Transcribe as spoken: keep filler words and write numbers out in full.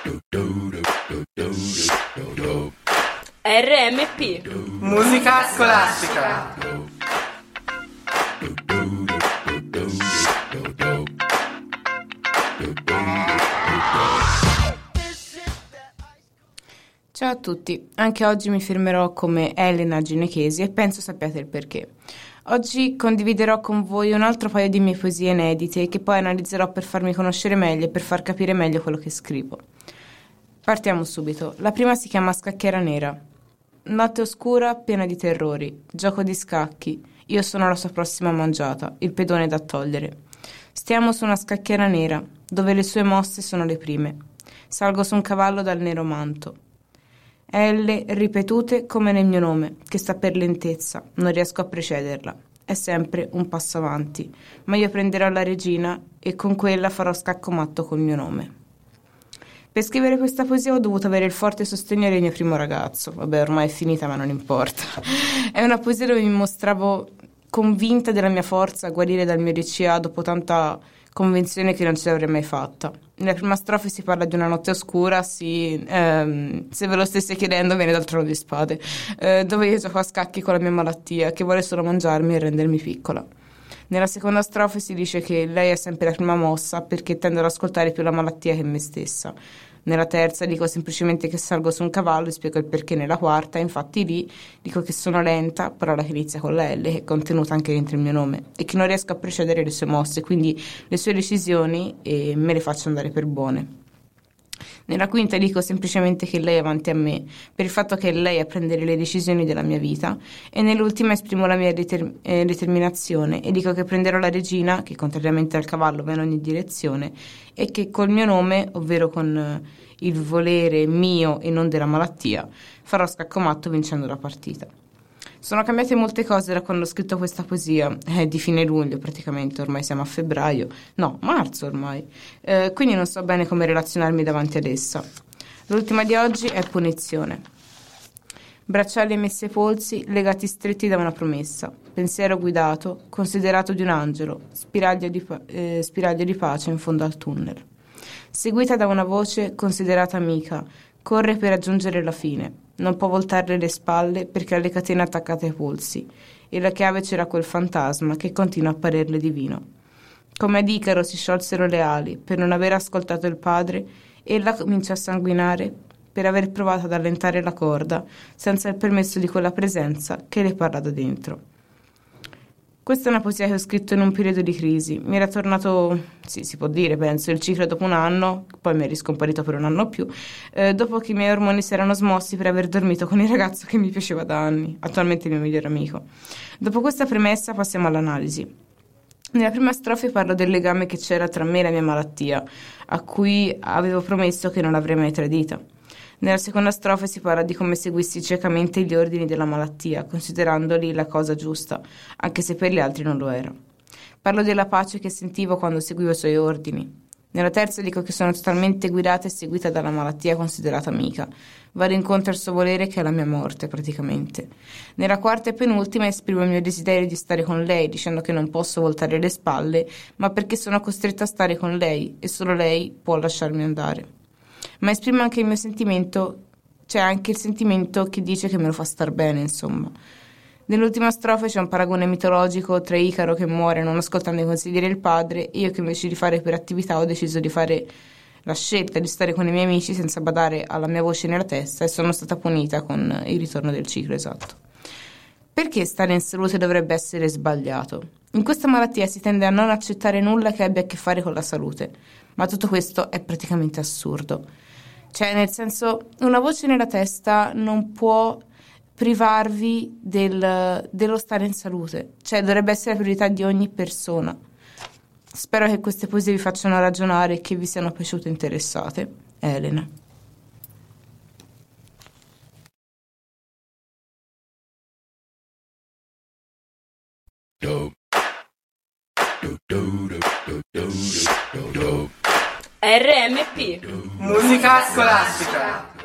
R M P Musica scolastica. Ciao a tutti, anche oggi mi firmerò come Elena Ginechesi e penso sappiate il perché. Oggi condividerò con voi un altro paio di mie poesie inedite che poi analizzerò per farmi conoscere meglio e per far capire meglio quello che scrivo. Partiamo subito. La prima si chiama Scacchiera Nera. Notte oscura, piena di terrori, gioco di scacchi, io sono la sua prossima mangiata, il pedone da togliere. Stiamo su una scacchiera nera, dove le sue mosse sono le prime. Salgo su un cavallo dal nero manto. L ripetute come nel mio nome, che sta per lentezza, non riesco a precederla. È sempre un passo avanti, ma io prenderò la regina e con quella farò scacco matto col mio nome. Per scrivere questa poesia ho dovuto avere il forte sostegno del mio primo ragazzo. Vabbè, ormai è finita, ma non importa. È una poesia dove mi mostravo convinta della mia forza a guarire dal mio D C A dopo tanta convenzione che non ce l'avrei mai fatta. Nella prima strofa si parla di una notte oscura, sì, ehm, se ve lo stesse chiedendo viene dal Trono di Spade, eh, dove io gioco a scacchi con la mia malattia, che vuole solo mangiarmi e rendermi piccola. Nella seconda strofa si dice che lei è sempre la prima mossa perché tendo ad ascoltare più la malattia che me stessa. Nella terza dico semplicemente che salgo su un cavallo e spiego il perché nella quarta, infatti lì dico che sono lenta, parola che inizia con la L, che è contenuta anche dentro il mio nome, e che non riesco a precedere le sue mosse, quindi le sue decisioni e me le faccio andare per buone. Nella quinta dico semplicemente che lei è avanti a me, per il fatto che è lei a prendere le decisioni della mia vita, e nell'ultima esprimo la mia deter- eh, determinazione e dico che prenderò la regina, che contrariamente al cavallo va in ogni direzione, e che col mio nome, ovvero con eh, il volere mio e non della malattia, farò scacco matto vincendo la partita. Sono cambiate molte cose da quando ho scritto questa poesia, è di fine luglio praticamente, ormai siamo a febbraio, no, marzo ormai, eh, quindi non so bene come relazionarmi davanti ad essa. L'ultima di oggi è Punizione. Bracciali messi ai polsi, legati stretti da una promessa, pensiero guidato, considerato di un angelo, spiraglio di, pa- eh, spiraglio di pace in fondo al tunnel. Seguita da una voce considerata amica, corre per raggiungere la fine. Non può voltarle le spalle perché ha le catene attaccate ai polsi e la chiave c'era quel fantasma che continua a apparirle divino. Come ad Icaro si sciolsero le ali per non aver ascoltato il padre, ella comincia a sanguinare per aver provato ad allentare la corda senza il permesso di quella presenza che le parla da dentro. Questa è una poesia che ho scritto in un periodo di crisi. Mi era tornato, sì, si può dire, penso, il ciclo dopo un anno, poi mi è riscomparito per un anno più, eh, dopo che i miei ormoni si erano smossi per aver dormito con il ragazzo che mi piaceva da anni, attualmente il mio migliore amico. Dopo questa premessa passiamo all'analisi. Nella prima strofa parlo del legame che c'era tra me e la mia malattia, a cui avevo promesso che non l'avrei mai tradita. Nella seconda strofa si parla di come seguissi ciecamente gli ordini della malattia, considerandoli la cosa giusta, anche se per gli altri non lo era. Parlo della pace che sentivo quando seguivo i suoi ordini. Nella terza dico che sono totalmente guidata e seguita dalla malattia considerata amica. Vado incontro al suo volere che è la mia morte, praticamente. Nella quarta e penultima esprimo il mio desiderio di stare con lei, dicendo che non posso voltare le spalle, ma perché sono costretta a stare con lei e solo lei può lasciarmi andare. Ma esprimo anche il mio sentimento, c'è anche il sentimento che dice che me lo fa star bene, insomma. Nell'ultima strofa c'è un paragone mitologico tra Icaro che muore non ascoltando i consigli del padre e io che invece di fare per attività ho deciso di fare la scelta di stare con i miei amici senza badare alla mia voce nella testa e sono stata punita con il ritorno del ciclo, esatto. Perché stare in salute dovrebbe essere sbagliato? In questa malattia si tende a non accettare nulla che abbia a che fare con la salute, ma tutto questo è praticamente assurdo. Cioè, nel senso, una voce nella testa non può privarvi del, dello stare in salute. Cioè, dovrebbe essere la priorità di ogni persona. Spero che queste poesie vi facciano ragionare e che vi siano piaciute e interessate. Elena. R M P Musica scolastica.